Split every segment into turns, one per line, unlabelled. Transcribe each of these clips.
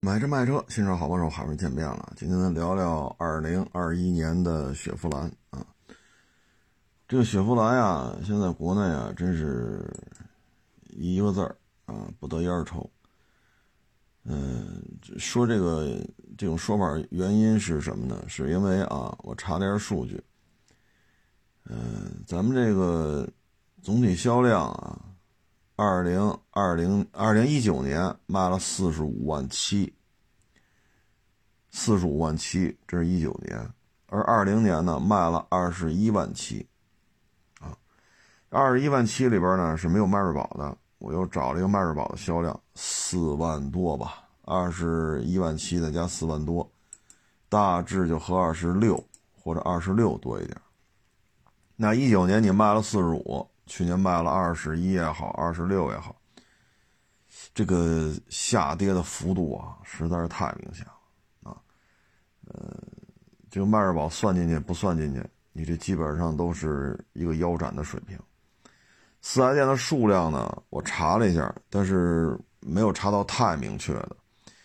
买车卖车，新车好帮手，海文见面了。今天咱聊聊2021年的雪佛兰啊。这个雪佛兰呀，现在国内啊，真是一个字儿啊，不得烟抽。说这种说法原因是什么呢？是因为啊，我查了点数据。咱们这个总体销量啊，2019年卖了45万七，45万七，这是19年，而20年呢卖了21万七，啊，21万七里边呢是没有迈锐宝的，我又找了一个迈锐宝的销量4万多吧，21万七再加4万多，大致就和26或者26多一点。那19年你卖了45，去年卖了21也好，26也好，这个下跌的幅度啊，实在是太明显了啊。这个迈锐宝算进去不算进去，你这基本上都是一个腰斩的水平。4S店的数量呢，我查了一下，但是没有查到太明确的。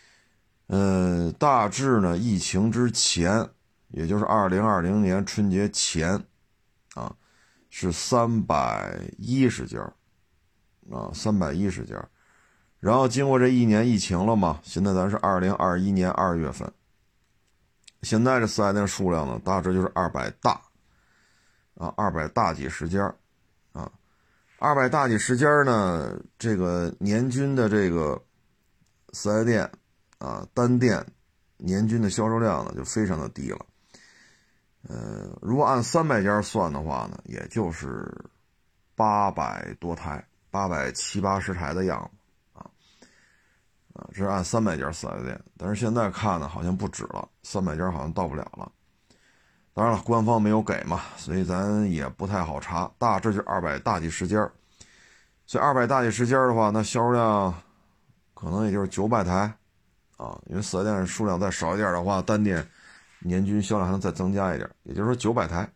大致呢，疫情之前，也就是2020年春节前。是310家啊，310家。然后经过这一年疫情了嘛，现在咱是2021年2月份，现在这4S店数量呢，大致就是200大啊，200大几十家啊，200大几十家呢，这个年均的这个4S店啊，单店年均的销售量呢就非常的低了。如果按300家算的话呢，也就是800多台，870、80台的样子这是按300家4S店，但是现在看呢，好像不止了，300家好像到不了了。当然了，官方没有给嘛，所以咱也不太好查，大致就200大几十家。所以200大几十家的话，那销售量可能也就是900台啊，因为4S店数量再少一点的话，单店年均销量还能再增加一点，也就是说900台。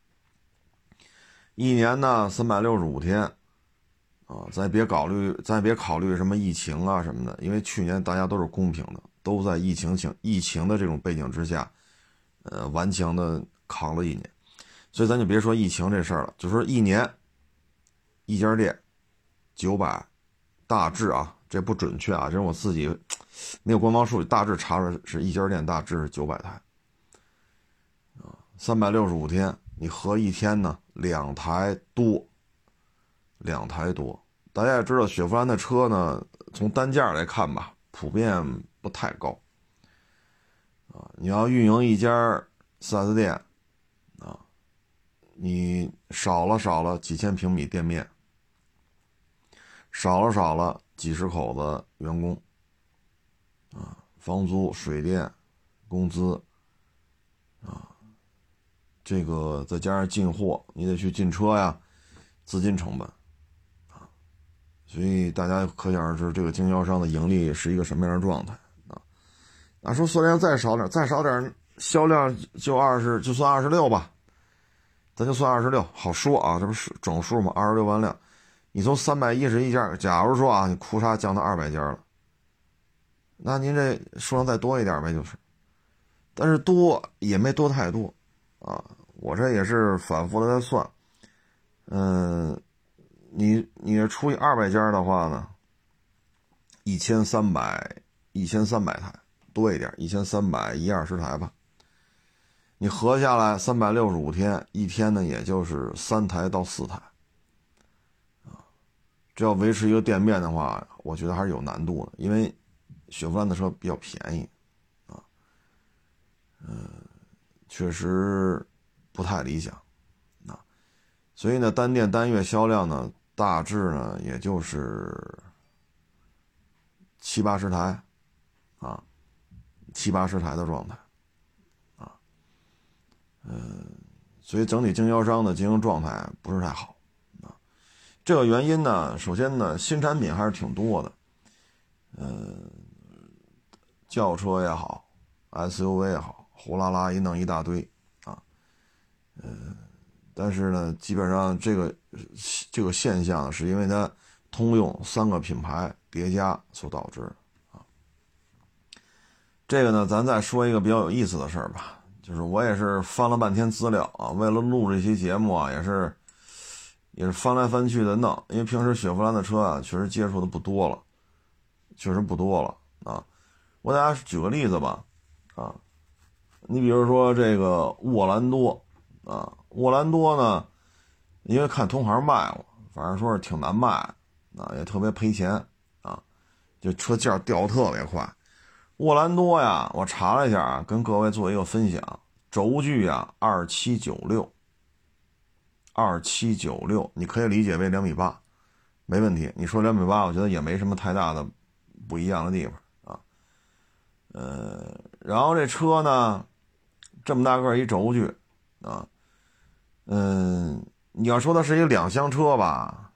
一年呢365天啊，咱也别考虑什么疫情啊什么的，因为去年大家都是公平的，都在疫情的这种背景之下，顽强的扛了一年。所以咱就别说疫情这事儿了，就说一年一家店900，大致啊，这不准确啊，这是我自己没有官方数据，大致查出是一家店大致是900台。365天，你合一天呢2台多。大家也知道，雪佛兰的车呢，从单价来看吧，普遍不太高你要运营一家 4S 店啊，你少了几千平米店面，少了几十口子员工房租、水电、工资这个再加上进货，你得去进车呀，资金成本所以大家可想而知，这个经销商的盈利是一个什么样的状态那说销量再少点，销量就算26吧，咱就算26，好说啊，这不是整数吗？26万辆，你从311家，假如说啊，你库嚓降到200家了，那您这数量再多一点呗，就是，但是多也没多太多啊。我这也是反复的在算，你除以200家的话呢，1300台多一点，1310-120台吧。你合下来365天，一天呢也就是3台到4台这要维持一个店面的话，我觉得还是有难度的，因为雪佛兰的车比较便宜确实不太理想所以呢，单店单月销量呢，大致呢也就是70-80台70-80台的状态所以整体经销商的经营状态不是太好这个原因呢，首先呢，新产品还是挺多的轿车也好 SUV 也好，呼啦啦一弄一大堆但是呢，基本上这个现象是因为它通用3个品牌叠加所导致的这个呢，咱再说一个比较有意思的事儿吧，就是我也是翻了半天资料啊，为了录这期节目啊，也是翻来翻去的弄，因为平时雪佛兰的车啊，确实接触的不多了，啊。我给大家举个例子吧，啊，你比如说这个沃兰多啊，沃兰多呢，因为看同行卖过，反正说是挺难卖啊，也特别赔钱啊，就车价掉特别快。沃兰多呀，我查了一下啊，跟各位做一个分享，轴距啊2796，你可以理解为2.8米，没问题。你说2.8米，我觉得也没什么太大的不一样的地方啊。然后这车呢，这么大个一轴距啊，你要说它是一两厢车吧，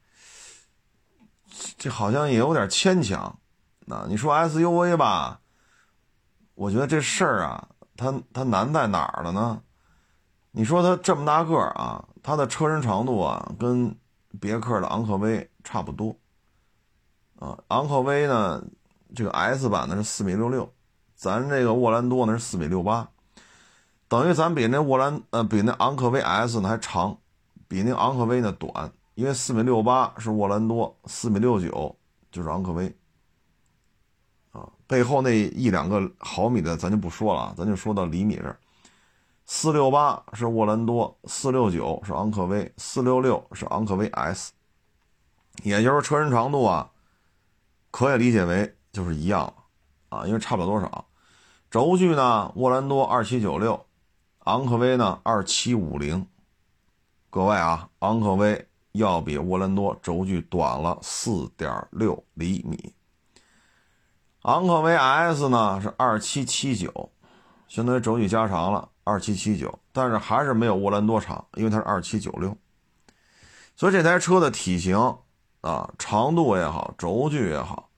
这好像也有点牵强。那你说 SUV 吧，我觉得这事儿啊，它难在哪儿了呢？你说它这么大个儿啊，它的车身长度啊，跟别克的昂科威差不多啊。昂科威呢，这个 S 版的是4.66米，咱这个沃兰多呢是4.68米，等于咱比那比那昂科威 S 呢还长，比那昂科威呢短，因为4.68米是沃兰多，4.69米就是昂科威。背后那1-2个毫米的咱就不说了，咱就说到厘米这儿。468是沃兰多，469是昂科威，466是昂科威 S， 也就是车身长度啊，可以理解为就是一样了啊，因为差不了多少。轴距呢，沃兰多2796，昂科威呢2750。各位啊，昂科威要比沃兰多轴距短了4.6厘米。昂科威 S 呢是2779，相当于轴距加长了2779，但是还是没有沃兰多长，因为它是2796。所以这台车的体型啊，长度也好，轴距也好，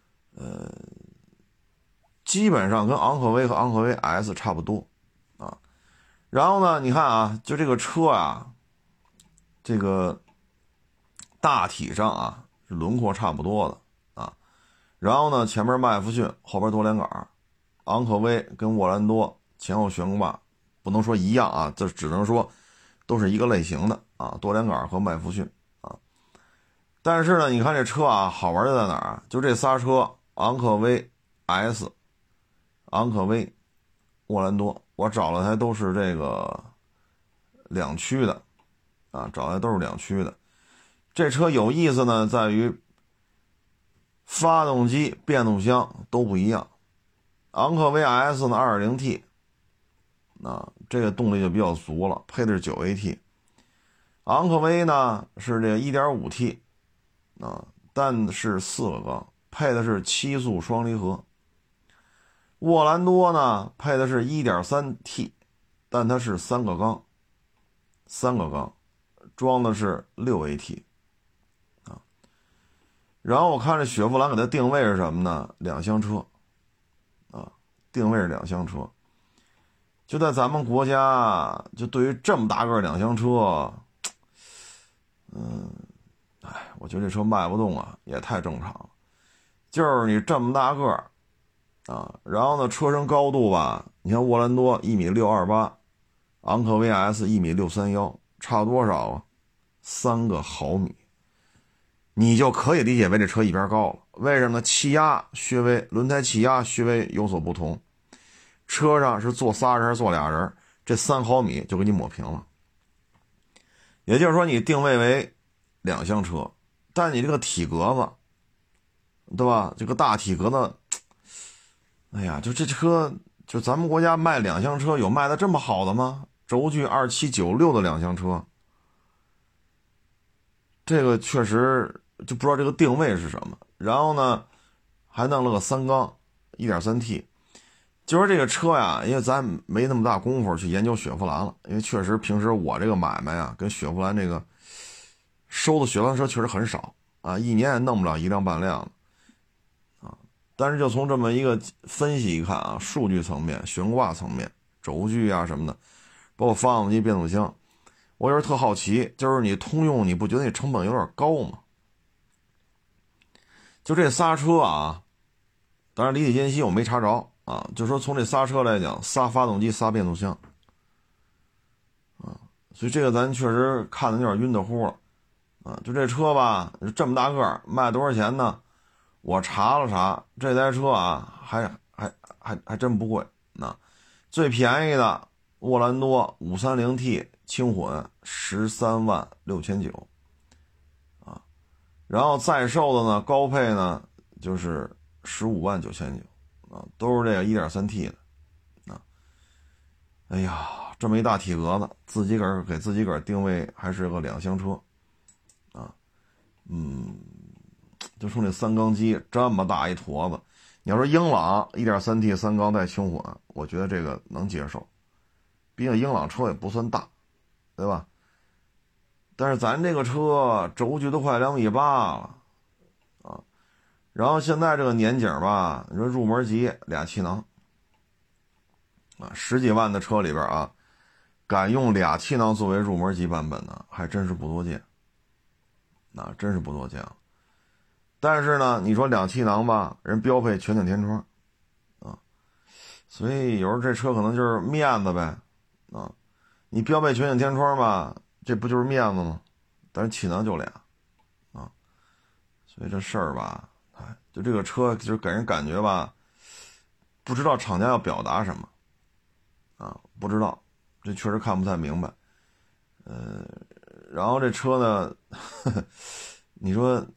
基本上跟昂科威和昂科威 S 差不多啊。然后呢，你看啊，就这个车啊，这个大体上啊是轮廓差不多的。然后呢，前面麦弗逊，后边多连杆，昂科威跟沃兰多前后悬挂不能说一样啊，这只能说都是一个类型的啊，多连杆和麦弗逊啊。但是呢，你看这车啊，好玩的在哪儿？就这仨车，昂科威 S、昂科威、沃兰多，我找了台都是这个两驱的啊，找来都是两驱的。这车有意思呢，在于发动机、变速箱都不一样。昂科威 S 呢 2.0T， 这个动力就比较足了，配的是 9AT。 昂科威呢是这个 1.5T， 但是4个缸，配的是7速双离合。沃兰多呢配的是 1.3T， 但它是3个缸，装的是 6AT。然后我看这雪佛兰给它定位是什么呢？两厢车啊，定位是两厢车。就在咱们国家，就对于这么大个两厢车，我觉得这车卖不动啊，也太正常了。就是你这么大个啊，然后呢，车身高度吧，你看沃兰多1.628米，昂科威 S 1.631米，差多少啊？3个毫米。你就可以理解为这车一边高了。为什么呢？气压稍微，轮胎气压稍微有所不同。车上是坐仨人还是坐俩人，这3毫米就给你抹平了。也就是说，你定位为两厢车，但你这个体格子，对吧？这个大体格子，哎呀，就这车，就咱们国家卖两厢车有卖的这么好的吗？轴距2796的两厢车，这个确实就不知道这个定位是什么。然后呢，还弄了个3缸 1.3T。 就是这个车呀，因为咱没那么大功夫去研究雪佛兰了，因为确实平时我这个买卖呀，跟雪佛兰这个收的雪佛兰车确实很少啊，一年也弄不了1辆半辆啊。但是就从这么一个分析一看啊，数据层面、悬挂层面、轴距啊什么的，包括发动机、变速箱，我有时特好奇，就是你通用，你不觉得你成本有点高吗？就这仨车啊， 当然离体间隙我没查着啊，就说从这仨车来讲，仨发动机仨变速箱啊，所以这个咱确实看的有点晕的乎了啊。就这车吧，这么大个卖多少钱呢？我查了查，这台车啊还真不贵。那最便宜的沃兰多 530T 轻混136900啊，然后在售的呢高配呢就是159900啊，都是这个 1.3T 的啊。哎呀，这么一大体格子，自己给自己个定位还是个两厢车啊。就冲这三缸机这么大一坨子，你要说英朗 1.3T 三缸带轻混，我觉得这个能接受，毕竟英朗车也不算大，对吧？但是咱这个车轴距都快2.8米了啊，然后现在这个年景吧，你说入门级俩气囊啊，10几万的车里边啊，敢用俩气囊作为入门级版本的还真是不多见，那真是不多见。但是呢，你说两气囊吧，人标配全景天窗啊，所以有时候这车可能就是面子呗啊。你标配全景天窗吧，这不就是面子吗？但是气囊就俩啊，所以这事儿吧，就这个车就给人感觉吧，不知道厂家要表达什么啊，不知道，这确实看不太明白。然后这车呢，你说。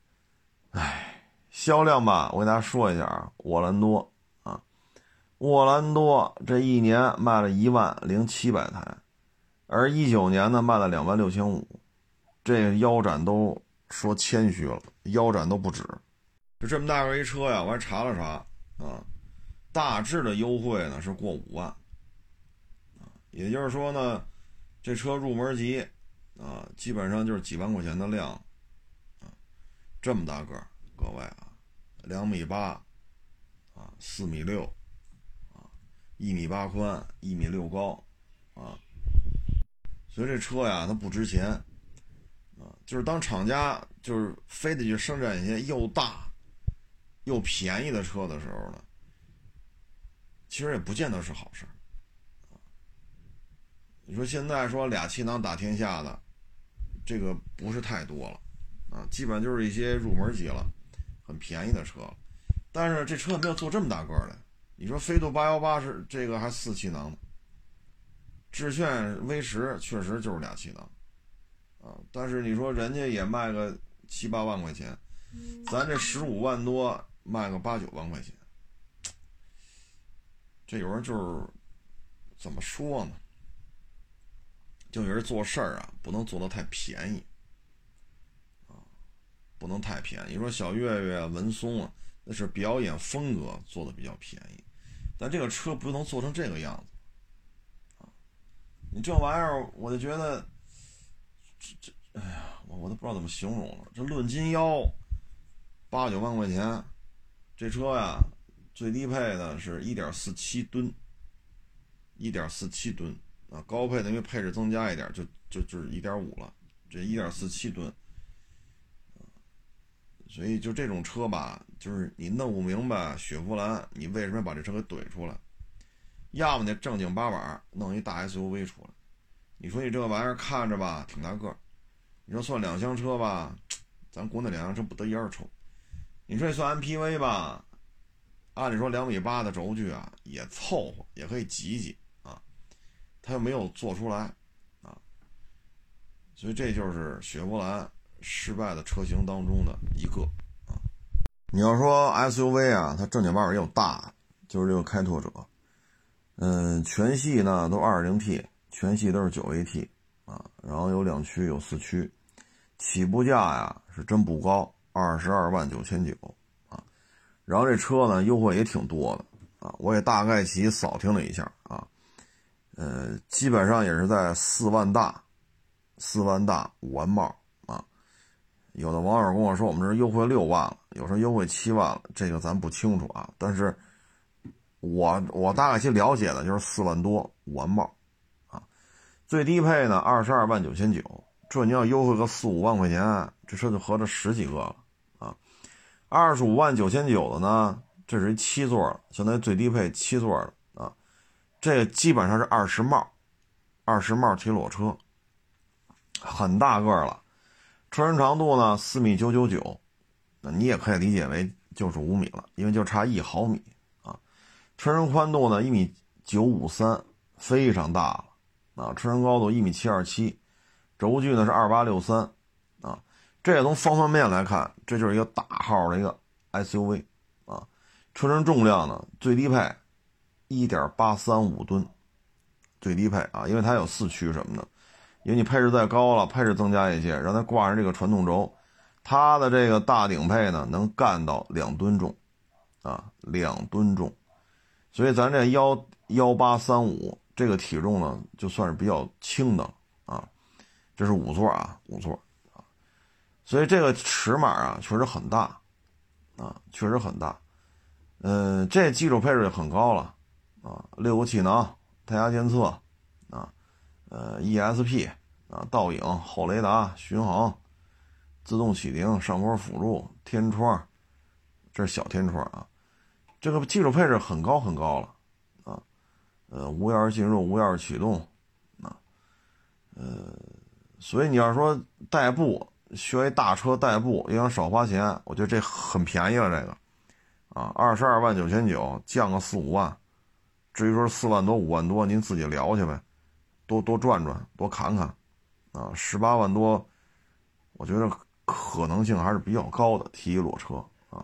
销量吧，我给大家说一下啊，沃兰多啊，沃兰多这一年卖了10700台，而19年呢卖了26500，这个腰斩都说谦虚了，腰斩都不止。就这么大个一车呀，我还查了查啊，大致的优惠呢是过5万啊，也就是说呢，这车入门级啊，基本上就是几万块钱的量啊，这么大个儿。各位啊，2.8米啊，4.6米啊，1.8米宽，1.6米高啊，所以这车呀它不值钱啊，就是当厂家就是非得去生产一些又大又便宜的车的时候呢，其实也不见得是好事啊。你说现在说俩气囊打天下的这个不是太多了啊，基本上就是一些入门级了，很便宜的车，但是这车没有做这么大个的。你说飞度818是这个还4气囊呢，致炫 V10 确实就是俩气囊啊，但是你说人家也卖个7、8万块钱，咱这15万多卖个8、9万块钱，这有人就是怎么说呢？就有人做事儿啊，不能做得太便宜。不能太便宜。你说小岳岳、文松啊，那是表演风格做的比较便宜，但这个车不能做成这个样子啊！你这玩意儿，我就觉得，哎呀，我都不知道怎么形容了。这论斤腰，8、9万块钱，这车呀，最低配的是1.47吨，1.47吨啊，高配的因为配置增加一点，就是1.5了，这1.47吨。所以就这种车吧，就是你弄不明白雪佛兰你为什么要把这车给怼出来，要么你正经八百弄一大 SUV 出来。你说你这个玩意儿看着吧挺大个儿，你说算两厢车吧，咱国内两厢车不得一二抽。你说你算 MPV 吧，按理说2.8米的轴距啊也凑合，也可以挤挤啊，它又没有做出来啊，所以这就是雪佛兰失败的车型当中的一个啊。你要说 SUV 啊，它正经八百也有大，就是这个开拓者，全系呢都 2.0T， 全系都是 9AT 啊，然后有2驱有4驱，起步价呀是真不高，22.99000啊，然后这车呢优惠也挺多的啊，我也大概其扫听了一下啊，基本上也是在4万大5万帽。有的网友跟我说我们这优惠6万了，有时候优惠7万了，这个咱不清楚啊。但是我大概其了解的就是4万多5万帽啊。最低配呢22.99000，这你要优惠个4、5万块钱，这车就合着10几个了啊。25.99000的呢， 这是一7座了，相当于最低配7座了啊。这个基本上是20帽提裸车，很大个了。车身长度呢4.999米，那你也可以理解为就是5米了，因为就差1毫米啊。车身宽度呢1.953米，非常大了啊。车身高度1.727米，轴距呢是2863啊。这也从方方面面来看，这就是一个大号的一个 SUV 啊。车身重量呢最低配1.835吨，最低配啊，因为它有4驱什么的，因为你配置再高了，配置增加一些，让它挂上这个传动轴，它的这个大顶配呢能干到2吨重啊，2吨重，所以咱这1835这个体重呢就算是比较轻的啊。这是5座啊，5座啊，所以这个尺码啊确实很大啊，确实很大。这基础配置也很高了啊，6个气囊，胎压监测啊，ESP 啊，倒影、后雷达、巡航、自动启停、上坡辅助、天窗，这是小天窗啊。这个基础配置很高很高了啊，无钥匙进入、无钥匙启动啊，所以你要说代步学一大车代步也想少花钱，我觉得这很便宜了，这个啊，22.99000降个4、5万，至于说4万多、5万多，您自己聊去呗，多转转，多砍砍啊，18万多，我觉得可能性还是比较高的，提一裸车啊。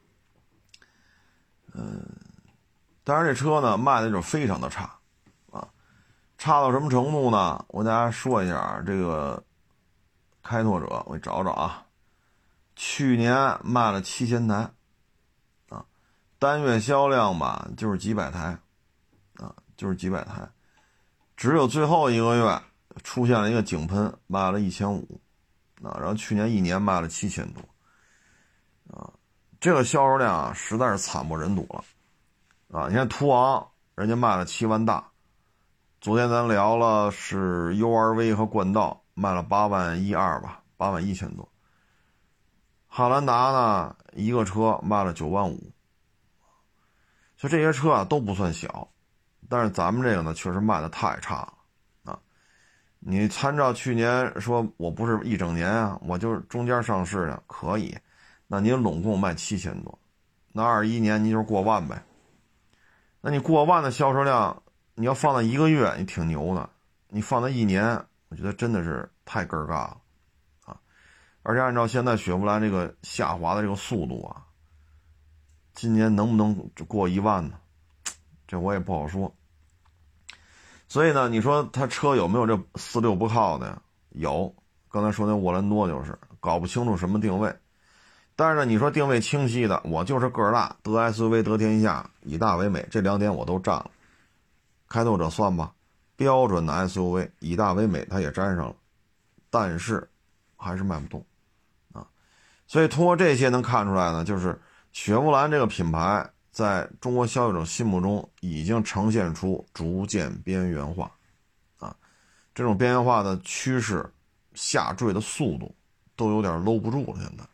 当然这车呢卖的就非常的差啊，差到什么程度呢？我给大家说一下这个开拓者，我找找啊，去年卖了7000台啊，单月销量吧就是几百台啊，就是几百台，只有最后一个月出现了一个井喷，卖了1500啊，然后去年1年卖了7000多啊，这个销售量啊实在是惨不忍睹了啊！你看途昂人家卖了7万大，昨天咱聊了是 URV 和冠道卖了8.12万吧，8.1000多。汉兰达呢一个车卖了9.5万，所以这些车啊都不算小，但是咱们这个呢确实卖的太差了啊！你参照去年说我不是一整年啊，我就是中间上市的可以，那您拢共卖7000多，那21年你就是过万呗。那你过万的销售量，你要放在1个月，你挺牛的；你放在1年，我觉得真的是太尴尬了啊！而且按照现在雪佛兰这个下滑的这个速度啊，今年能不能过1万呢？这我也不好说。所以呢，你说他车有没有这4、6不靠的呀？有，刚才说那沃兰多就是搞不清楚什么定位。但是呢，你说定位清晰的，我就是个儿大，得 SUV 得天下，以大为美，这2点我都占了。开拓者算吧，标准的 SUV 以大为美，它也沾上了，但是还是卖不动啊。所以通过这些能看出来呢，就是雪佛兰这个品牌在中国消费者心目中已经呈现出逐渐边缘化啊，这种边缘化的趋势下坠的速度都有点搂不住了。现在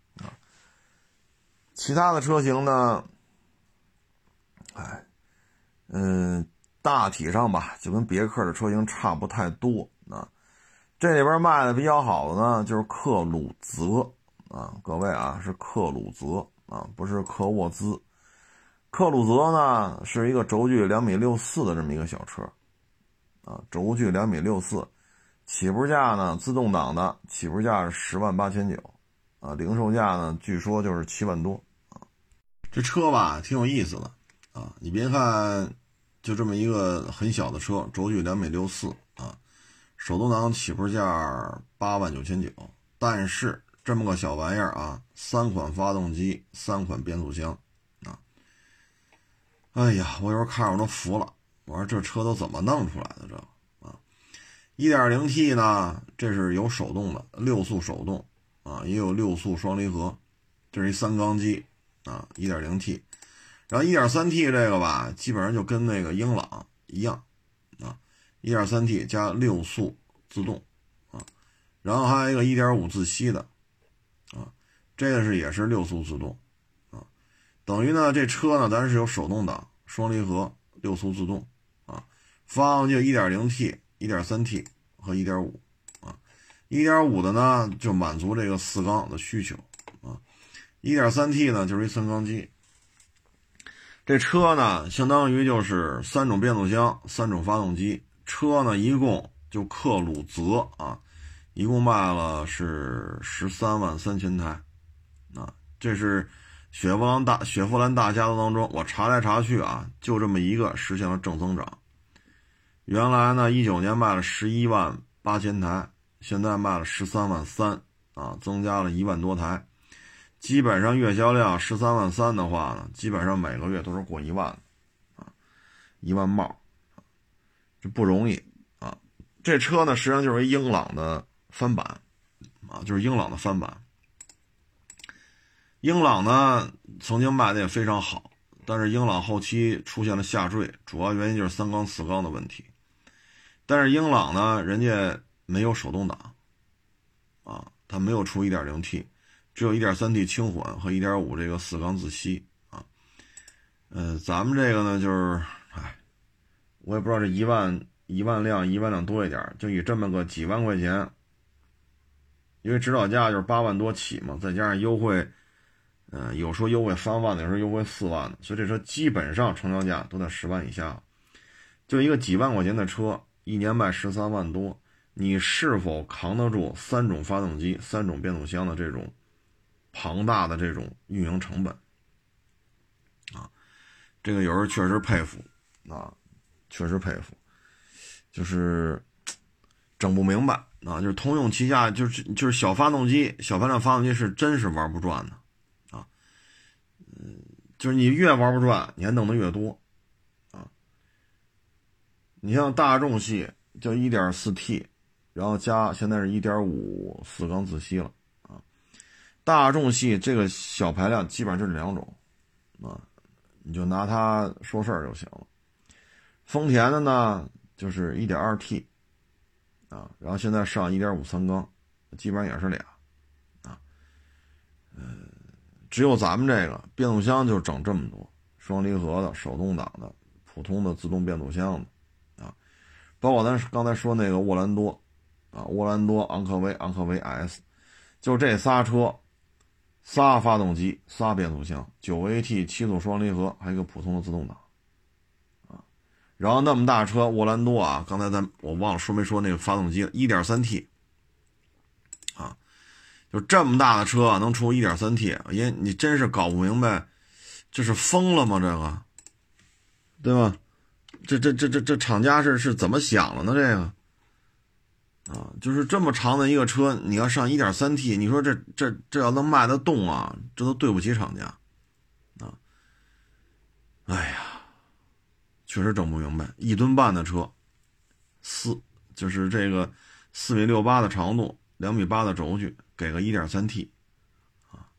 其他的车型呢，大体上吧，就跟别克的车型差不太多啊。这里边卖的比较好的呢，就是克鲁泽啊，各位啊，是克鲁泽啊，不是科沃兹。克鲁泽呢是一个轴距2.64米的这么一个小车啊，轴距2.64米，起步价呢，自动挡的起步价是10.89万啊，零售价呢据说就是7万多。这车吧挺有意思的啊，你别看就这么一个很小的车，轴距2.64米啊，手动挡起步价8.99万，但是这么个小玩意儿啊，3款发动机，3款变速箱啊，哎呀，我有时候看着我都服了，我说这车都怎么弄出来的这啊 1.0T 呢，这是有手动的，6速手动啊，也有6速双离合，这是一3缸机啊 1.0T， 然后 1.3T 这个吧基本上就跟那个英朗一样啊 1.3T 加6速自动啊，然后还有一个 1.5 自吸的啊，这个是也是6速自动啊， 等于呢这车呢咱是有手动挡、双离合、6速自动啊，发动机有 1.0T、1.3T 和 1.5 啊。1.5 的呢就满足这个4缸的需求啊， 1.3T 呢就是一3缸机。这车呢相当于就是3种变速箱、3种发动机，车呢一共就克鲁泽啊，一共卖了是133000台啊，这是雪佛兰大家族当中我查来查去啊，就这么一个实现了正增长。原来呢19年卖了118000台，现在卖了133000啊，增加了1万多台。基本上月销量133000的话呢，基本上每个月都是过1万啊，1万帽，这不容易啊。这车呢实际上就是一英朗的翻版啊，就是英朗的翻版。英朗呢曾经卖的也非常好，但是英朗后期出现了下坠，主要原因就是3缸4缸的问题。但是英朗呢人家没有手动挡啊，它没有出 1.0T， 只有 1.3T 轻混和 1.5 这个4缸自吸啊。咱们这个呢就是我也不知道这1万辆多一点，就以这么个几万块钱，因为指导价就是8万多起嘛，再加上优惠有时候优惠3万的，有时候优惠4万的，所以这车基本上成交价都在10万以下。就一个几万块钱的车，一年卖13万多，你是否扛得住3种发动机、3种变速箱的这种庞大的这种运营成本啊？这个有时候确实佩服啊，确实佩服，就是整不明白啊。就是通用旗下就是小发动机、小排量发动机是真是玩不转的啊。就是你越玩不转，你还弄得越多啊。你像大众系就 1.4T， 然后加现在是 1.5 4缸自吸了啊。大众系这个小排量基本上就是2种啊，你就拿它说事儿就行了。丰田的呢就是 1.2T 啊，然后现在上 1.5 3缸，基本上也是俩啊。只有咱们这个变速箱就整这么多，双离合的、手动挡的、普通的自动变速箱的啊，包括咱刚才说那个沃兰多啊，沃兰多、昂科威、昂科威 S， 就这仨车，3发动机、3变速箱，9AT 7速双离合，还有一个普通的自动挡啊。然后那么大车沃兰多啊，刚才我忘了说没说那个发动机 1.3T 啊，就这么大的车能出 1.3T， 也你真是搞不明白，这是疯了吗？这个，对吧？这厂家是怎么想的呢？这个啊，就是这么长的一个车，你要上 1.3T， 你说这要能卖得动啊，这都对不起厂家啊！哎呀，确实整不明白，1吨半的车就是这个4.68米的长度，2.8米的轴距，给个 1.3T 啊！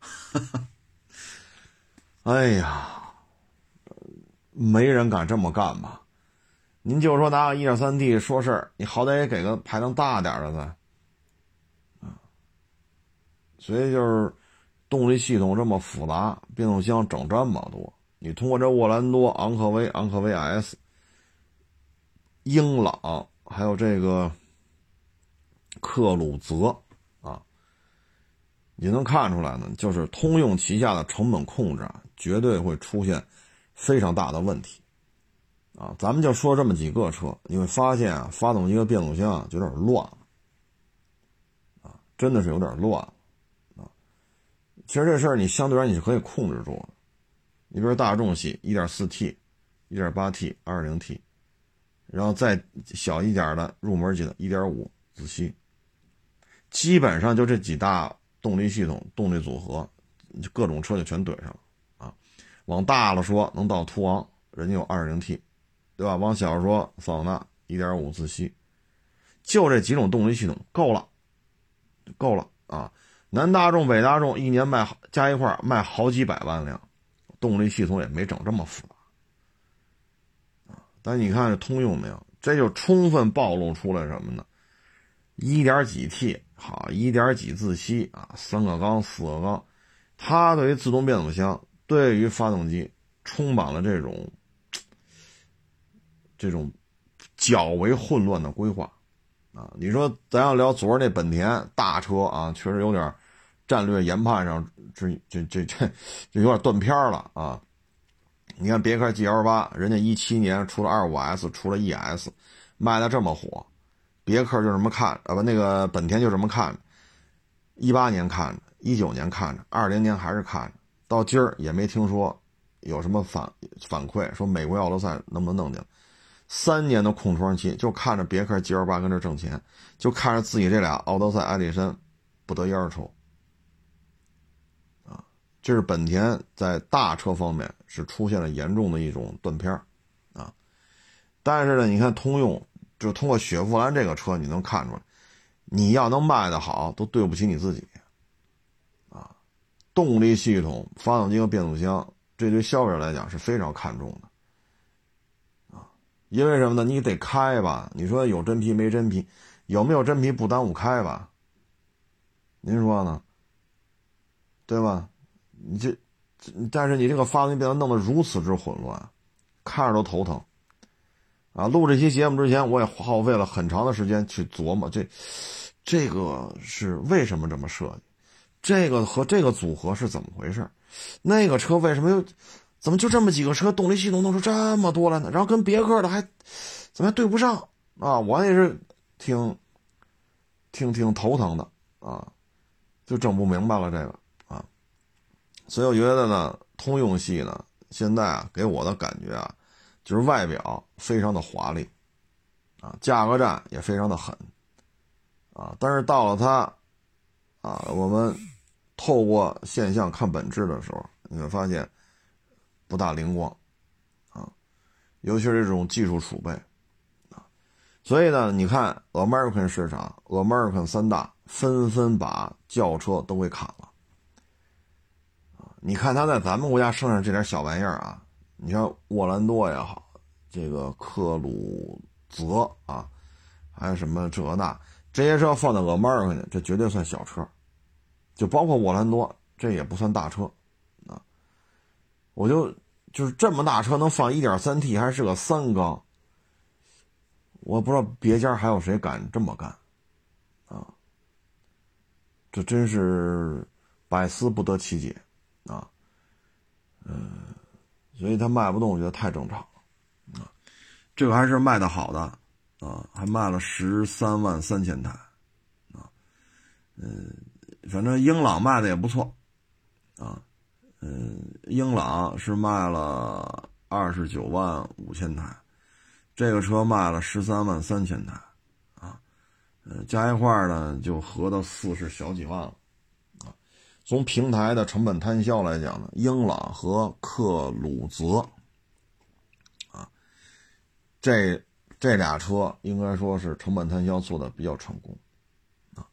哎呀，没人敢这么干吧？您就说拿个 1.3T 说事儿，你好歹也给个排量大点的呗啊！所以就是动力系统这么复杂，变速箱整这么多，你通过这沃兰多、昂科威、昂科威 S、英朗，还有这个克鲁泽啊，你能看出来呢，就是通用旗下的成本控制啊，绝对会出现非常大的问题啊。咱们就说这么几个车，你会发现啊，发动机和变速箱啊就有点乱了啊，真的是有点乱了啊。其实这事儿你相对而言你是可以控制住的。你比如大众系 1.4T、1.8T、2.0T， 然后再小一点的入门级的 1.5 自吸，基本上就这几大动力系统、动力组合，各种车就全怼上了啊。往大了说能到途昂，人家有 2.0T， 对吧？往小了说桑塔纳 1.5 自吸，就这几种动力系统够了啊。南大众、北大众一年加一块卖好几百万辆，动力系统也没整这么复杂啊。但你看通用没有，这就充分暴露出来什么呢？1点几 T 好，1点几自吸啊，3个缸4个缸，它对于自动变速箱对于发动机充满了这种较为混乱的规划啊。你说咱要聊昨儿那本田大车啊，确实有点战略研判上这有点断片了啊。你看别克 GL8， 人家17年出了 25S， 出了 ES， 卖的这么火，别克就这么看那个本田就这么看着，18年看着，19年看着，20年还是看着，到今儿也没听说有什么反馈说美国奥德赛能不能弄进来。3年的空窗期，就看着别克 GL8 跟这挣钱，就看着自己这俩奥德赛、艾力绅不得烟儿抽啊！这是本田在大车方面是出现了严重的一种断片啊。但是呢，你看通用，就通过雪佛兰这个车你能看出来，你要能卖得好，都对不起你自己啊！动力系统、发动机和变速箱，这对消费者来讲是非常看重的。因为什么呢？你得开吧，你说有真皮没真皮，有没有真皮不耽误开吧，您说呢？对吧？但是你这个发动机变得弄得如此之混乱，看着都头疼啊。录这期节目之前我也耗费了很长的时间去琢磨这个是为什么这么设计，这个和这个组合是怎么回事，那个车为什么怎么就这么几个车动力系统弄出这么多来呢？然后跟别克的怎么还对不上啊？我也是挺头疼的啊，就整不明白了这个啊。所以我觉得呢，通用系呢现在啊给我的感觉啊，就是外表非常的华丽啊，价格战也非常的狠啊，但是到了它啊，我们透过现象看本质的时候，你会发现不大灵光啊，尤其是这种技术储备啊。所以呢，你看 American 市场 American 3大纷纷把轿车都给砍了啊。你看它在咱们国家生产这点小玩意儿啊，你像沃兰多也好，这个克鲁泽啊，还有什么这那，这些车放到 American 这绝对算小车，就包括沃兰多，这也不算大车啊。我就是这么大车能放 1.3T 还是个3缸，我不知道别家还有谁敢这么干啊，这真是百思不得其解啊。所以他卖不动我觉得太正常了啊。这个还是卖的好的啊，还卖了133000台啊。反正英朗卖的也不错啊。英朗是卖了295000台，这个车卖了133000台啊。加一块呢就合到40小几万了啊。从平台的成本摊销来讲呢，英朗和克鲁泽啊，这俩车应该说是成本摊销做的比较成功啊。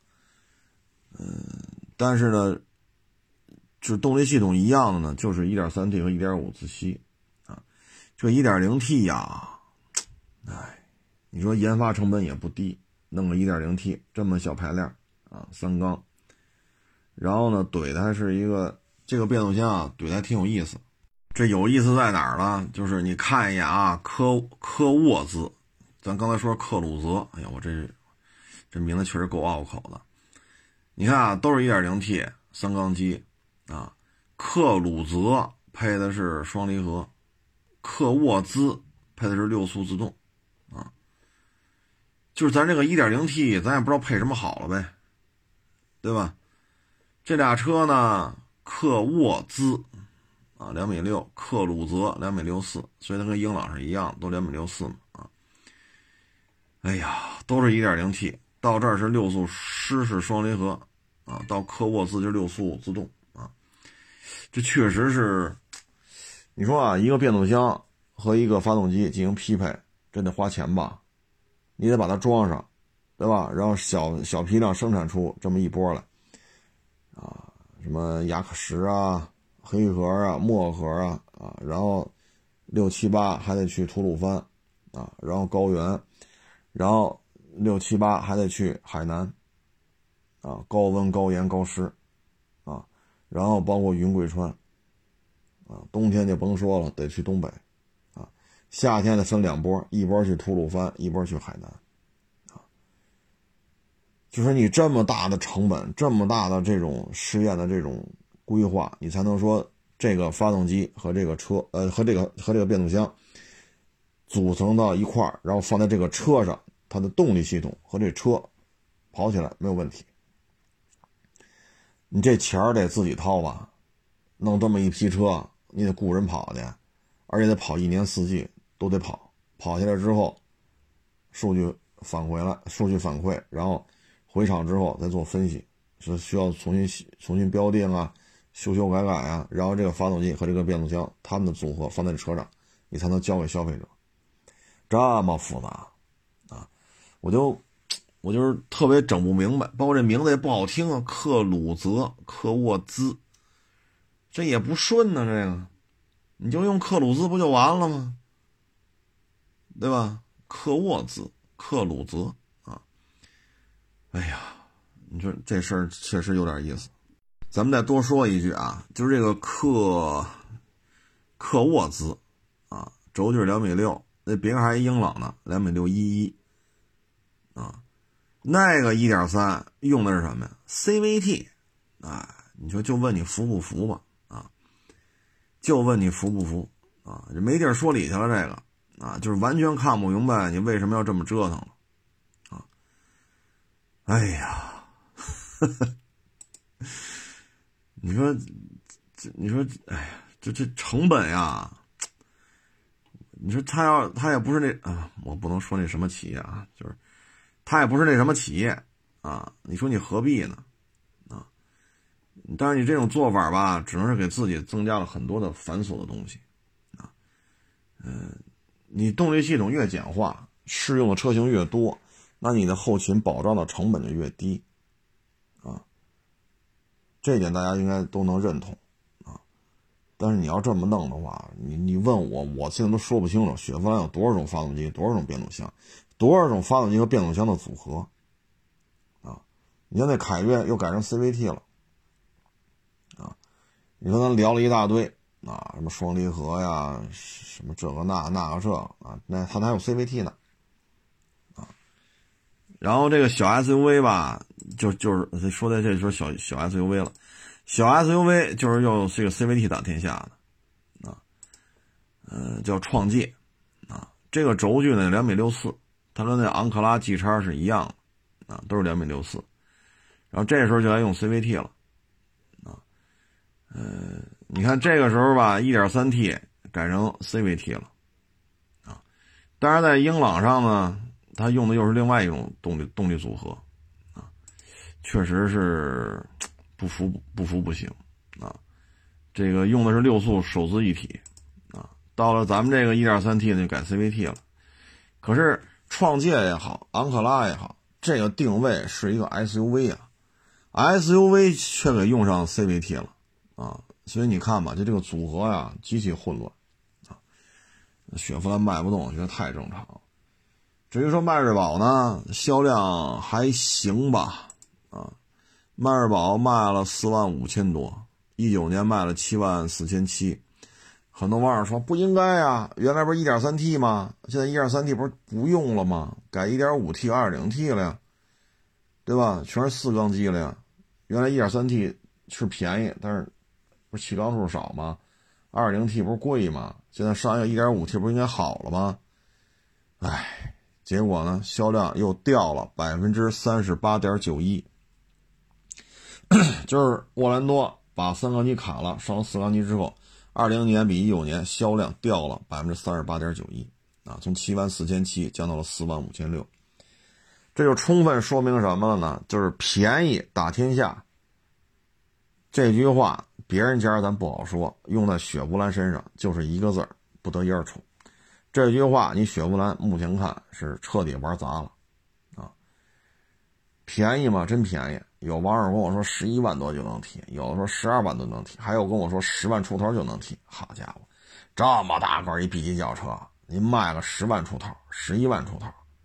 但是呢，就是动力系统一样的呢，就是 1.3T 和 1.5 自吸啊。这 1.0T 呀，你说研发成本也不低，弄个 1.0T 这么小排量啊，3缸，然后呢怼的还是一个这个变速箱啊，怼的还挺有意思。这有意思在哪儿呢？就是你看一眼啊，科沃兹，咱刚才说克鲁泽，哎呀，我这名字确实够拗口的。你看啊，都是 1.0T 3缸机啊，克鲁泽配的是双离合，克沃兹配的是6速自动啊。就是咱这个 1.0T 咱也不知道配什么好了呗，对吧？这俩车呢，克沃兹啊2.6米，克鲁泽2.64米，所以它跟英朗是一样，都2.64米嘛啊。哎呀，都是 1.0T， 到这儿是6速湿式双离合啊，到科沃兹就是6速自动啊。这确实是，你说啊，一个变速箱和一个发动机进行匹配，这得花钱吧？你得把它装上，对吧？然后小批量生产出这么一波来啊，什么雅克什啊、黑盒啊、墨盒啊然后6、7、8还得去吐鲁番啊，然后高原，然后6、7、8还得去海南啊，高温、高盐、高湿啊，然后包括云贵川啊，冬天就甭说了，得去东北啊，夏天得分2波，一波去吐鲁番，一波去海南啊。就是你这么大的成本，这么大的这种试验的这种规划，你才能说这个发动机和这个车和这个变速箱组成到一块儿，然后放在这个车上，它的动力系统和这车跑起来没有问题。你这钱儿得自己掏吧，弄这么一批车，你得雇人跑去，而且得跑1年4季都得跑，跑下来之后，数据反馈，然后回厂之后再做分析，是需要重新标定啊，修改啊，然后这个发动机和这个变速箱它们的组合放在车上，你才能交给消费者。这么复杂啊，我就是特别整不明白，包括这名字也不好听啊，克鲁泽、克沃兹，这也不顺呢，这个你就用克鲁兹不就完了吗？对吧？克沃兹、克鲁泽啊，哎呀，你说这事儿确实有点意思。咱们再多说一句啊，就是这个克沃兹啊，轴距2.6米，那别看还英朗呢，2.611米啊，那个 1.3 用的是什么呀 ？CVT 啊，你说就问你服不服吧啊？就问你服不服啊？这没地儿说理去了，这个啊，就是完全看不明白你为什么要这么折腾了啊！哎呀，呵呵，你说，哎呀，这成本呀，你说他也不是那啊，我不能说那什么企业啊，就是他也不是那什么企业啊，你说你何必呢？啊，但是你这种做法吧，只能是给自己增加了很多的繁琐的东西啊。你动力系统越简化，适用的车型越多，那你的后勤保障的成本就越低啊。这一点大家应该都能认同啊。但是你要这么弄的话，你问我现在都说不清楚，雪佛兰有多少种发动机，多少种变速箱，多少种发动机和变速箱的组合啊。你像那凯越又改成 CVT 了啊。你说咱聊了一大堆啊，什么双离合呀，什么这个那个这啊，那它还有 CVT 呢啊。然后这个小 SUV 吧，就是说在这说小 SUV 了，小 SUV 就是用这个 CVT 打天下的啊，叫创界啊，这个轴距呢2.64米，它跟那昂克拉 G 叉是一样的啊，都是2.64米，然后这时候就来用 CVT 了啊，你看这个时候吧 1.3T 改成 CVT 了啊，当然在英朗上呢，它用的又是另外一种动力组合啊，确实是不服不行啊，这个用的是6速手自一体啊，到了咱们这个 1.3T 呢就改 CVT 了，可是创界也好，昂克拉也好，这个定位是一个 SUV 啊， SUV 却给用上 CVT 了啊，所以你看吧，就这个组合呀极其混乱啊。雪佛兰卖不动，我觉得太正常了。至于说迈锐宝呢，销量还行吧啊，迈锐宝卖了45000多，19年卖了74700，很多网友说不应该啊，原来不是 1.3T 吗？现在 1.3T 不是不用了吗？改 1.5T 2.0T 了呀，对吧？全是4缸机了呀。原来 1.3T 是便宜，但是不是气缸数少吗？ 2.0T 不是贵吗？现在上一个 1.5T 不是应该好了吗？唉，结果呢销量又掉了 38.91%， 就是沃兰多把3缸机砍了，上了4缸机之后，20年比19年销量掉了 38.91%啊，从74700降到了45600。这就充分说明什么了呢？就是便宜打天下这句话，别人家咱不好说，用在雪佛兰身上就是一个字儿，不得一而宠。这句话你雪佛兰目前看是彻底玩砸了啊！便宜吗？真便宜。有网友跟我说11万多就能提，有的说12万多能提，还有跟我说10万出头就能提。好家伙，这么大个一 B 级轿车，您卖个10万出头11万出头，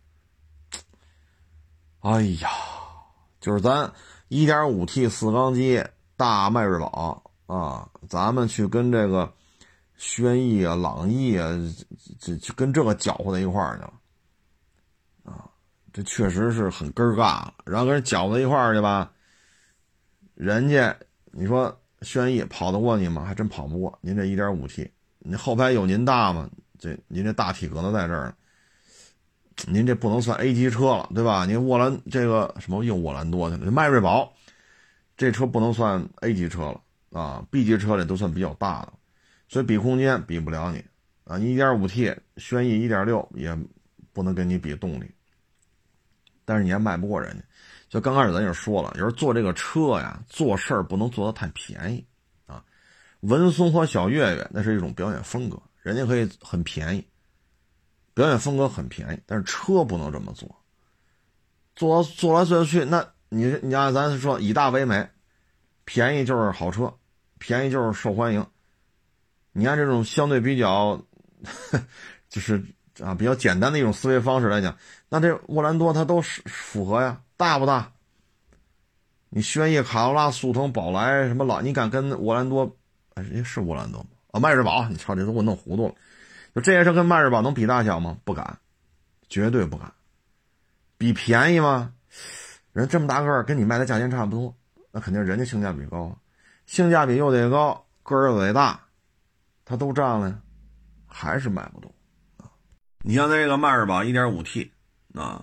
哎呀，就是咱 1.5T 4缸机大迈锐宝啊，咱们去跟这个轩逸啊、朗逸啊，这跟这个搅和在一块儿去了啊，这确实是很根儿尬了。然后跟人搅和在一块儿去吧，人家你说轩逸跑得过你吗？还真跑不过。您这 1.5T， 你后排有您大吗？您这大体格子在这儿呢，您这不能算 A 级车了，对吧？您沃兰这个什么又沃兰多去了，迈锐宝这车不能算 A 级车了啊 ，B 级车里都算比较大的，所以比空间比不了你啊。1.5T 轩逸 1.6 也不能跟你比动力，但是你还卖不过人家。就刚开始咱就说了，有时候做这个车呀，做事儿不能做得太便宜啊。文松和小岳岳那是一种表演风格，人家可以很便宜，表演风格很便宜，但是车不能这么做，做来做去，那你按咱说以大为美，便宜就是好车，便宜就是受欢迎。你按这种相对比较就是比较简单的一种思维方式来讲，那这沃兰多它都是符合呀，大不大？你轩逸、卡罗拉、速腾、宝来什么老，你敢跟沃兰多？是沃兰多吗？迈锐宝，你瞧这都给我弄糊涂了。就这些车跟迈锐宝能比大小吗？不敢，绝对不敢。比便宜吗？人这么大个儿，跟你卖的价钱差不多，那肯定人家性价比高，性价比又得高，个儿又得大，他都占了呀，还是卖不动啊。你像这个迈锐宝 1.5T 啊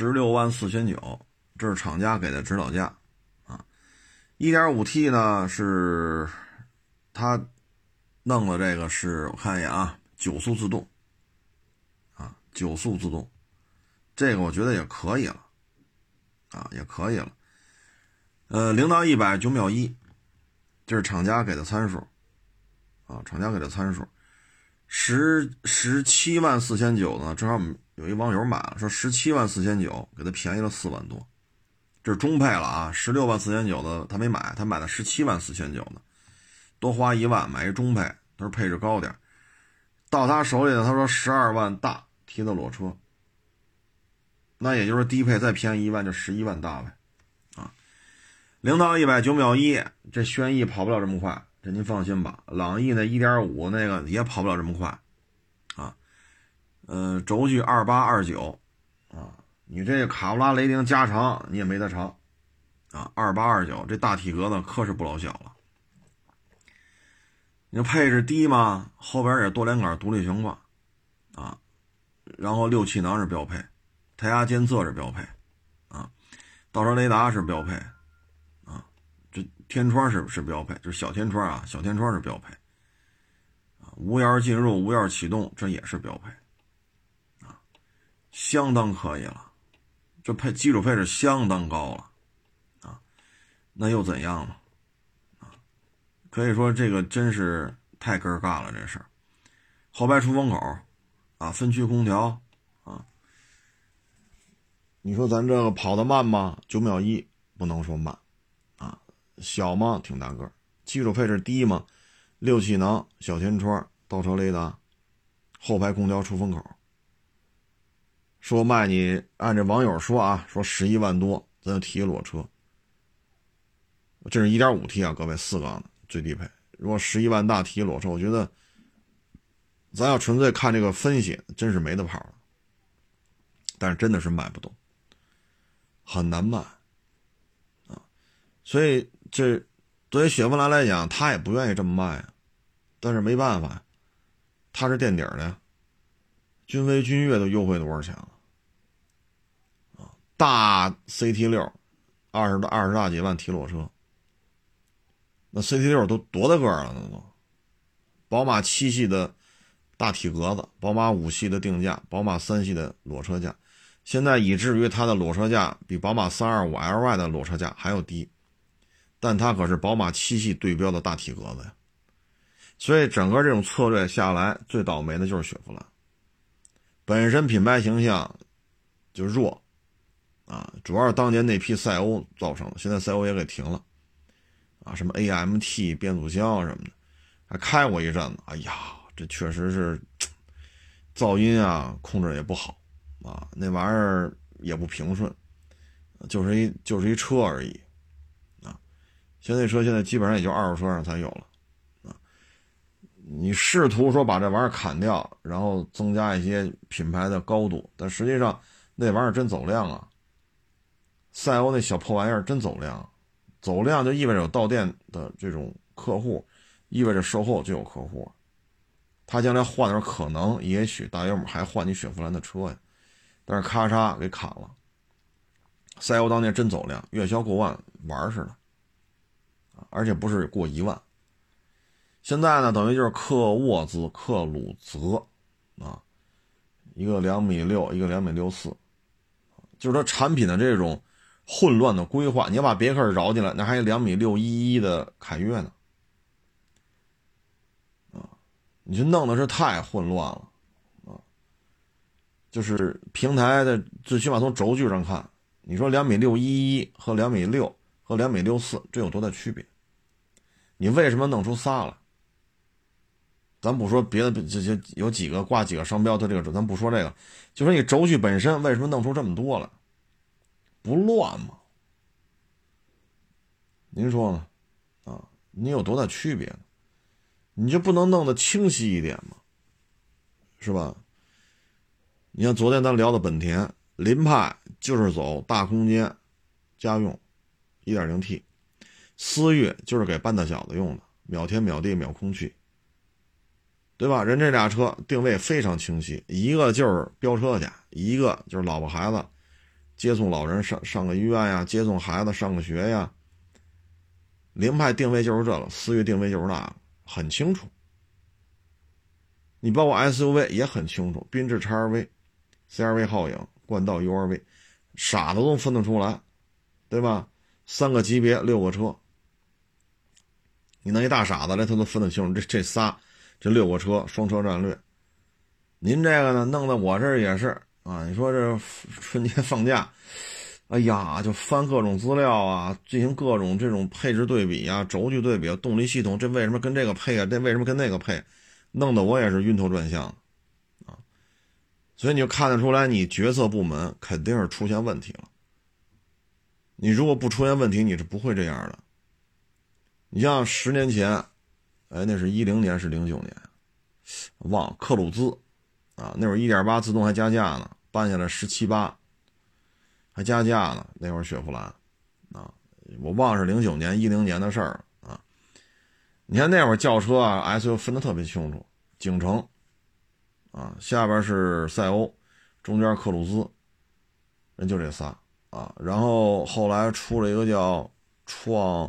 ，164900，这是厂家给的指导价啊。1.5T 呢是他弄了这个是我看一眼啊，9速自动啊，9速自动，这个我觉得也可以了啊，也可以了。0到100 9秒1，这是厂家给的参数啊，厂家给的参数。174900呢，正好有一网友买了，说174900给他便宜了4万多，这是中配了啊。164900的他没买，他买的174900的，多花1万买一中配，他说配置高点，到他手里呢，他说12万大提的裸车，那也就是低配再便宜1万就11万大呗啊。0到100 9秒1，这轩逸跑不了这么快，这您放心吧。朗逸那 1.5 那个也跑不了这么快啊。轴距2829啊，你这卡罗拉雷凌加长你也没得长啊，2829这大体格子可是不老小了。你配置低吗？后边也多连杆独立悬挂啊，然后6气囊是标配，胎压监测是标配啊，倒车雷达是标配啊，这天窗是标配，就是小天窗啊，小天窗是标配啊，无钥匙进入无钥匙启动这也是标配啊，相当可以了，这基础配置相当高了啊，那又怎样呢？可以说这个真是太根儿尬了，这事儿。后排出风口啊，分区空调啊，你说咱这个跑得慢吗？9秒1不能说慢啊，小吗？挺大个儿。基础配置低吗？6气囊、小天窗、倒车雷达、后排空调出风口。说卖你按这网友说啊，说11万多，咱就提裸车。这是 1.5T 啊，各位4缸的最低配。如果11万大提裸车，我觉得咱要纯粹看这个分析，真是没得跑了。但是真的是卖不动，很难卖啊。所以这对于雪佛兰来讲，他也不愿意这么卖啊，但是没办法，他是垫底的呀。君威、君越都优惠多少钱了啊？大 CT6 20大几万提裸车。那 CT6 都多大个了？那都，宝马7系的大体格子，宝马5系的定价，宝马3系的裸车价，现在以至于它的裸车价比宝马325LY 的裸车价还要低，但它可是宝马7系对标的大体格子呀。所以整个这种策略下来，最倒霉的就是雪佛兰，本身品牌形象就弱啊，主要是当年那批赛欧造成的，现在赛欧也给停了。啊，什么 AMT 变速箱什么的，还开过一阵子。哎呀，这确实是噪音啊，控制也不好啊，那玩意儿也不平顺，就是一车而已啊。现在车现在基本上也就二手车上才有了啊。 你试图说把这玩意儿砍掉，然后增加一些品牌的高度，但实际上那玩意儿真走量啊。赛欧那小破玩意儿真走量，走量就意味着有到店的这种客户，意味着售后就有客户。他将来换的时候可能也许大爷们还换你雪佛兰的车呀，但是咔嚓给砍了。赛欧当年真走量，月销过万玩似的，而且不是过1万。现在呢，等于就是克沃兹、克鲁泽啊，一个2.6米，一个2.64米，就是它产品的这种混乱的规划。你要把别克绕进来，那还有2.611米的凯越呢，啊，你就弄的是太混乱了啊！就是平台的，最起码从轴距上看，你说2.611米和2.6米和2.64米，这有多大区别？你为什么弄出仨来？咱不说别的，这些有几个挂几个商标，它这个咱不说这个，就说你轴距本身为什么弄出这么多来？不乱吗？您说呢？啊，你有多大区别呢？你就不能弄得清晰一点吗？是吧？你像昨天咱聊的本田凌派，就是走大空间家用 1.0T， 思域就是给半大小子用的，秒天秒地秒空气，对吧？人这俩车定位非常清晰，一个就是飙车去，一个就是老婆孩子接送老人上个医院呀，接送孩子上个学呀。凌派定位就是这个，思域定位就是那个，很清楚。你包括 SUV 也很清楚，缤智 XRV、CRV 皓影、冠道 URV， 傻子都分得出来，对吧？3个级别6个车，你弄一大傻子来，他都分得清楚。这仨，这6个车双车战略。您这个呢，弄得我这儿也是啊。你说这春节放假，哎呀，就翻各种资料啊，进行各种这种配置对比啊、轴距对比啊、动力系统，这为什么跟这个配啊？这为什么跟那个配？弄得我也是晕头转向啊。所以你就看得出来，你决策部门肯定是出现问题了。你如果不出现问题，你是不会这样的。你像10年前，哎，那是10年是09年，忘了克鲁兹啊，那会儿 1.8 自动还加价呢，办下来17、8，还加价呢。那会儿雪佛兰啊，我忘了是09年、10年的事儿啊。你看那会儿轿车啊 ，SUV 分得特别清楚，景程啊，下边是赛欧，中间克鲁兹，人就这仨啊。然后后来出了一个叫创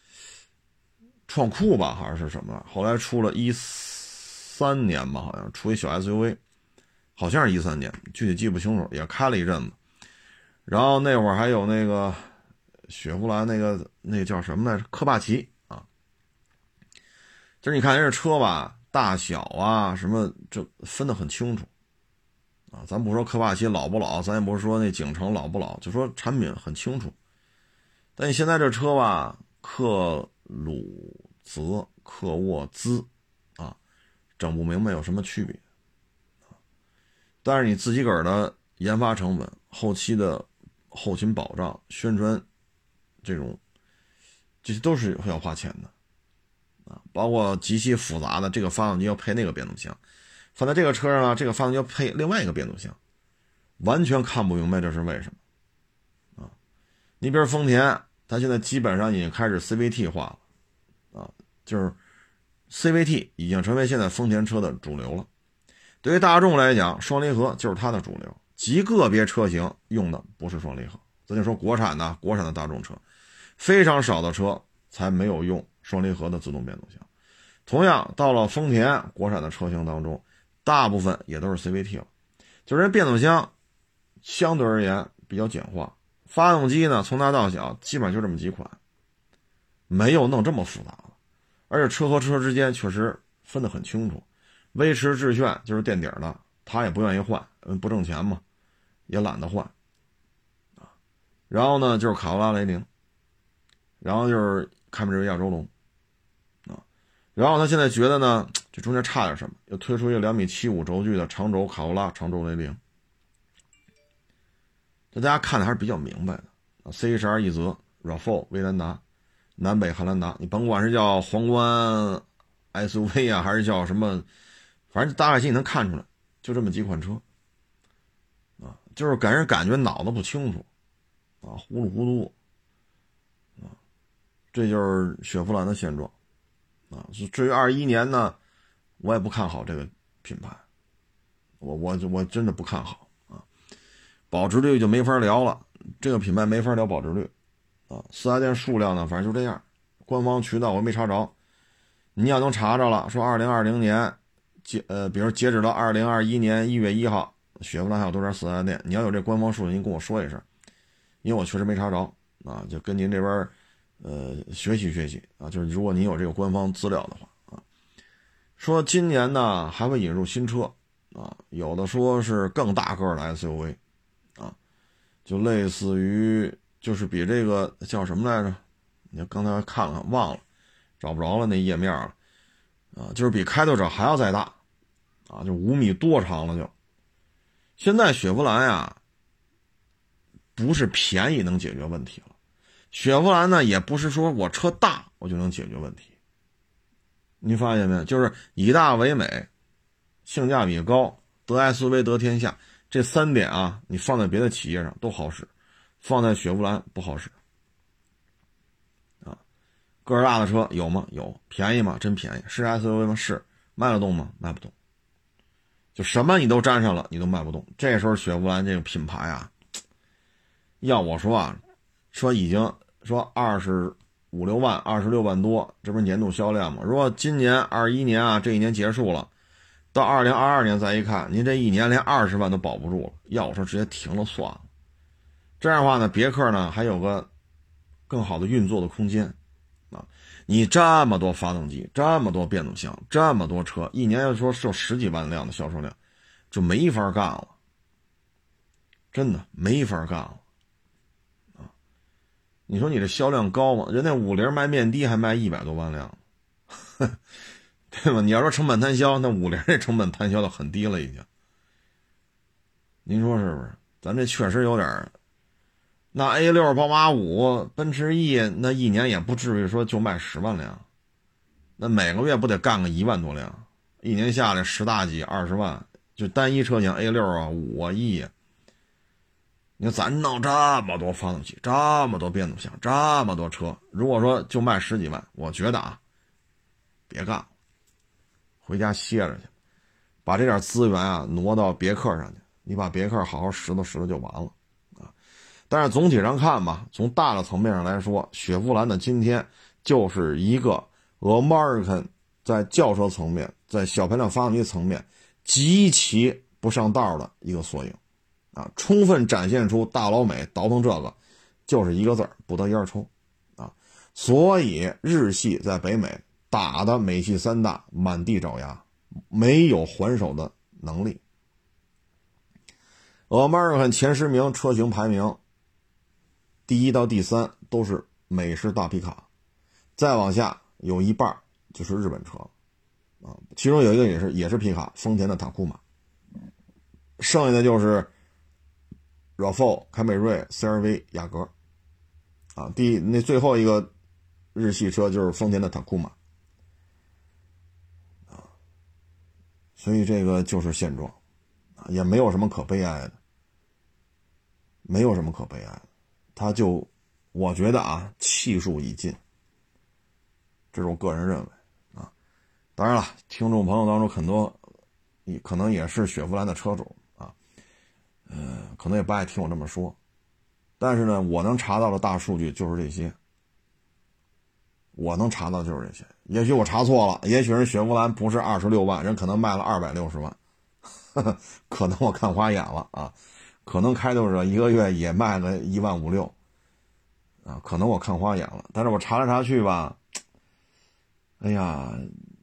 酷吧，还是什么？后来出了13年吧，好像出一小 SUV， 好像是13年，具体记不清楚，也开了一阵子。然后那会儿还有那个雪佛兰那个叫什么来着？科帕奇啊。就是你看人这车吧，大小啊什么，这分得很清楚啊。咱不说科帕奇老不老，咱也不是说那景程老不老，就说产品很清楚。但你现在这车吧，克鲁泽、克沃兹啊，整不明白有什么区别啊。但是你自己个儿的研发成本、后期的后勤保障、宣传，这些都是要花钱的。包括极其复杂的这个发动机要配那个变速箱，放在这个车上呢，这个发动机要配另外一个变速箱，完全看不明白这是为什么啊！你比如丰田，它现在基本上已经开始 CVT 化了啊，就是 CVT 已经成为现在丰田车的主流了。对于大众来讲，双离合就是它的主流，极个别车型用的不是双离合。咱就说国产的大众车，非常少的车才没有用双离合的自动变速箱。同样到了丰田国产的车型当中，大部分也都是 CVT 了，就是变速箱相对而言比较简化，发动机呢从大到小基本上就这么几款，没有弄这么复杂了。而且车和车之间确实分得很清楚，威驰致炫就是垫底的，他也不愿意换，不挣钱嘛，也懒得换啊。然后呢就是卡罗拉雷凌，然后就是凯美瑞亚洲龙啊。然后他现在觉得呢，这中间差点什么，又推出一个2.75米轴距的长轴卡罗拉长轴雷凌，这大家看的还是比较明白的啊。CHR 一泽、RAV4、威兰达、南北汉兰达，你甭管是叫皇冠 SUV 啊，还是叫什么，反正大概心里能看出来，就这么几款车啊，就是给人感觉脑子不清楚啊，糊里糊涂啊，这就是雪佛兰的现状啊。至于21年呢，我也不看好这个品牌，我真的不看好啊。保值率就没法聊了，这个品牌没法聊保值率啊。4S店数量呢，反正就这样，官方渠道我没查着。你要能查着了，说2020年比如截止到2021年1月1号，雪佛兰还有多少4S店？你要有这官方数据，您跟我说一声，因为我确实没查着啊，就跟您这边学习学习啊，就是如果您有这个官方资料的话啊。说今年呢还会引入新车啊，有的说是更大个的 SUV 啊，就类似于就是比这个叫什么来着？你刚才看了忘了。找不着了那页面了啊，就是比开拓者还要再大啊，就5米多长了就。现在雪佛兰呀，不是便宜能解决问题了，雪佛兰呢也不是说我车大我就能解决问题。你发现没？就是以大为美，性价比高，得 SUV 得天下，这3点啊，你放在别的企业上都好使，放在雪佛兰不好使。个儿大的车有吗？有。便宜吗？真便宜。是 SUV 吗？是。卖得动吗？卖不动。就什么你都沾上了，你都卖不动。这时候雪佛兰这个品牌啊，要我说啊，说已经说25、6万，26万多，这不是年度销量吗？如果今年21年啊，这一年结束了，到2022年再一看，您这一年连20万都保不住了，要我说直接停了算了。这样的话呢，别克呢还有个更好的运作的空间。你这么多发动机，这么多变速箱，这么多车，一年要说是有10几万辆的销售量，就没法干了，真的没法干了啊！你说你这销量高吗？人家50卖面的还卖100多万辆，对吧？你要说成本摊销，那50这成本摊销的很低了已经。您说是不是？咱这确实有点。那 A6、宝马5、奔驰 E 那一年也不至于说就卖10万辆，那每个月不得干个1万多辆，一年下来10大几20万，就单一车型 A6 啊、5啊、E 啊。你看咱弄这么多发动机，这么多变速箱，这么多车，如果说就卖10几万，我觉得啊，别干了，回家歇着去，把这点资源啊挪到别克上去，你把别克好好拾掇就完了。但是总体上看吧，从大的层面上来说，雪佛兰的今天就是一个 American 在轿车层面，在小排量发动机层面极其不上道的一个缩影啊，充分展现出大老美倒腾这个就是一个字儿，不得烟抽啊。所以日系在北美打的美系3大满地找牙，没有还手的能力。American 前10名车型排名第1到第3都是美式大皮卡，再往下有一半就是日本车啊，其中有一个也是皮卡，丰田的塔库马，剩下的就是 RAV4、凯美瑞、CR-V、雅阁啊，那最后一个日系车就是丰田的塔库马啊，所以这个就是现状啊，也没有什么可悲哀的，没有什么可悲哀的。他就我觉得啊，气数已尽，这是我个人认为啊。当然了，听众朋友当中很多可能也是雪佛兰的车主啊，可能也不爱听我这么说，但是呢，我能查到的大数据就是这些，我能查到就是这些。也许我查错了，也许人雪佛兰不是26万，人可能卖了260万，可能我看花眼了啊。可能开拓者一个月也卖个1万5、6啊，可能我看花眼了，但是我查来查去吧，哎呀，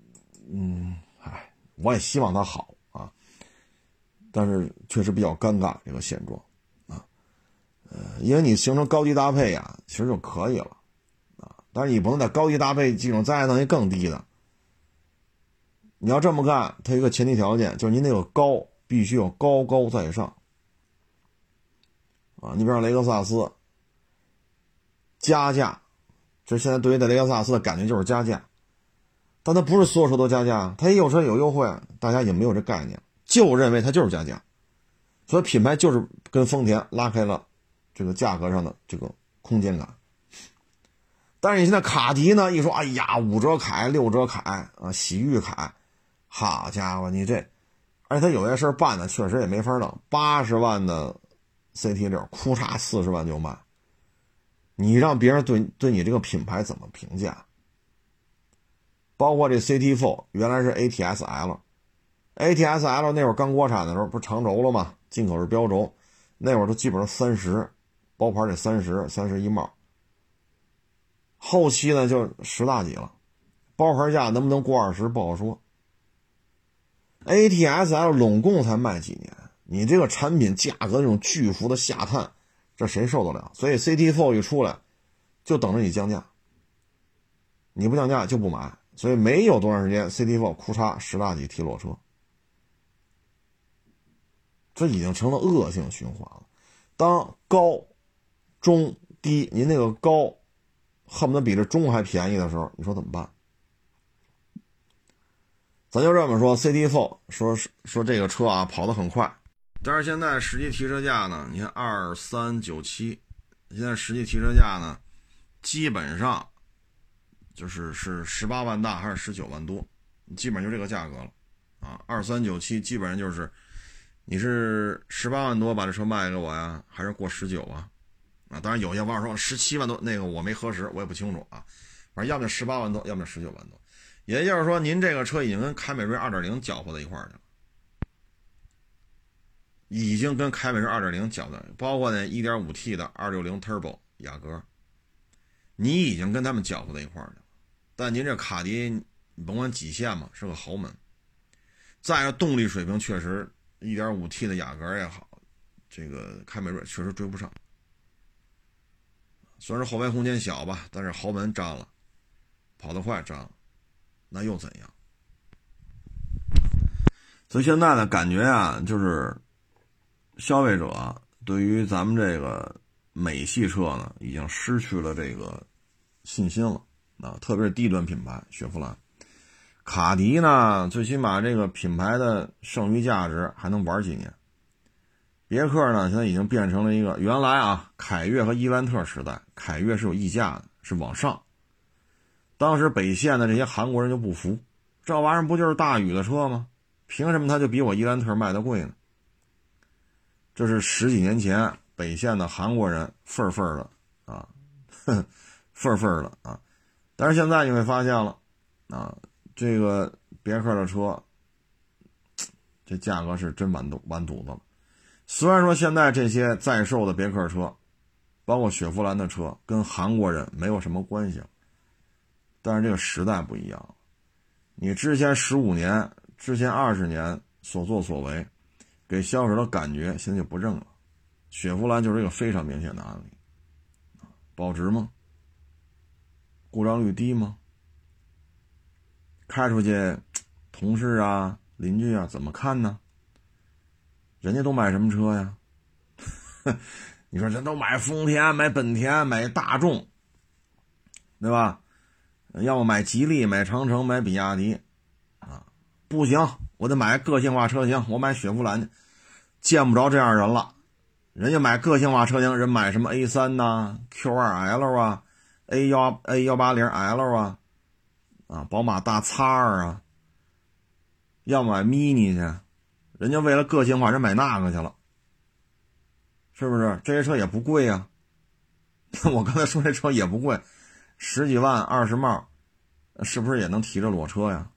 我也希望它好啊，但是确实比较尴尬这个现状啊，因为你形成高低搭配呀，其实就可以了啊，但是你不能在高低搭配基础再弄一更低的，你要这么干，它有一个前提条件就是您那个高必须要高高在上。啊，你比方雷克萨斯加价，就现在对于雷克萨斯的感觉就是加价， 但它不是所有车都加价，它也有车有优惠，大家也没有这概念，就认为它就是加价，所以品牌就是跟丰田拉开了这个价格上的这个空间感。但是你现在卡迪呢，一说哎呀5折凯6折凯啊，喜域凯，好家伙你这，而且它有些事儿办的确实也没法弄，80万的 CT6 哭嚓40万就卖，你让别人对你这个品牌怎么评价？包括这 CT4 原来是 ATS-L 那会儿刚国产的时候不是长轴了吗？进口是标轴，那会儿都基本上30，包牌得31帽，后期呢就10大几了，包牌价能不能过20不好说。ATS-L 拢共才卖几年，你这个产品价格这种巨幅的下探，这谁受得了？所以 CT4 一出来就等着你降价，你不降价就不买，所以没有多长时间 CT4 哭嚓10大几提裸车，这已经成了恶性循环了。当高中低您那个高恨不得比这中还便宜的时候，你说怎么办？咱就这么说 CT4 说这个车啊跑得很快，但是现在实际提车价呢，你看2397，现在实际提车价呢基本上是18万大还是19万多，基本就这个价格了啊。2397基本上就是你是18万多把这车卖给我呀，还是过19啊？啊，当然有些网友说17万多，那个我没核实，我也不清楚啊。反正要么18万多，要么19万多。也就是说，您这个车已经跟凯美瑞 2.0 搅和在一块儿去了，已经跟凯美瑞 2.0 搅和，包括那 1.5T 的260 Turbo 雅阁，你已经跟他们搅和在一块儿去了。但您这卡迪，你甭管几线嘛，是个豪门。再一个动力水平确实 1.5T 的雅阁也好，这个凯美瑞确实追不上。虽然是后排空间小吧，但是豪门占了，跑得快占了，那又怎样？所以现在的感觉啊，就是消费者对于咱们这个美系车呢，已经失去了这个信心了啊，特别是低端品牌雪佛兰。卡迪呢，最起码这个品牌的剩余价值还能玩几年。别克呢，现在已经变成了一个原来啊，凯越和伊兰特时代，凯越是有溢价的，是往上。当时北线的这些韩国人就不服，这玩意儿不就是大宇的车吗？凭什么它就比我伊兰特卖的贵呢？这是10几年前北线的韩国人份儿的啊，份儿的啊。但是现在你会发现了啊，这个别克的车，这价格是真完犊子了。虽然说现在这些在售的别克车，包括雪佛兰的车，跟韩国人没有什么关系，但是这个时代不一样了。你之前15年、之前20年所作所为，给消费者的感觉现在就不认了。雪佛兰就是一个非常明显的案例。保值吗？故障率低吗？开出去，同事啊、邻居啊怎么看呢？人家都买什么车呀？你说人都买丰田、买本田、买大众，对吧？要么买吉利、买长城、买比亚迪啊，不行，我得买个性化车型，我买雪佛兰去。见不着这样人了，人家买个性化车型，人买什么 A3 呐、Q2L 啊、A180L 啊，宝马大 X2 啊，要么买 mini 去。人家为了个性化，人买那个去了，是不是？这些车也不贵啊。我刚才说这车也不贵，10几万20帽，是不是也能提着裸车呀？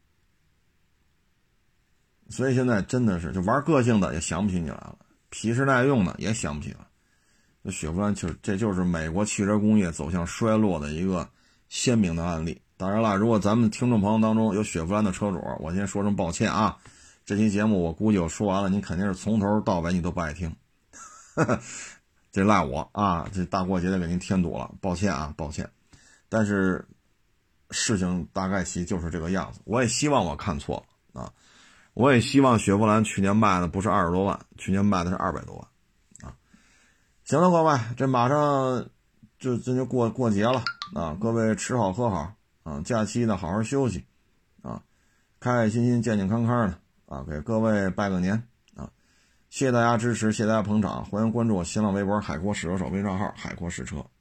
所以现在真的是，就玩个性的也想不起你来了，皮实耐用的也想不起来。这雪佛兰这就是美国汽车工业走向衰落的一个鲜明的案例。当然了，如果咱们听众朋友当中有雪佛兰的车主，我先说声抱歉啊。这期节目我估计我说完了，您肯定是从头到尾你都不爱听，这赖我啊！这大过节的给您添堵了，抱歉啊，抱歉。但是事情大概其就是这个样子，我也希望我看错了啊！我也希望雪佛兰去年卖的不是20多万，去年卖的是200多万啊！行了，各位，这马上就过节了啊！各位吃好喝好啊，假期呢好好休息开开心心、健健康康的啊，给各位拜个年啊！谢谢大家支持，谢谢大家捧场，欢迎关注我新浪微博海阔试车手微信账号海阔试车。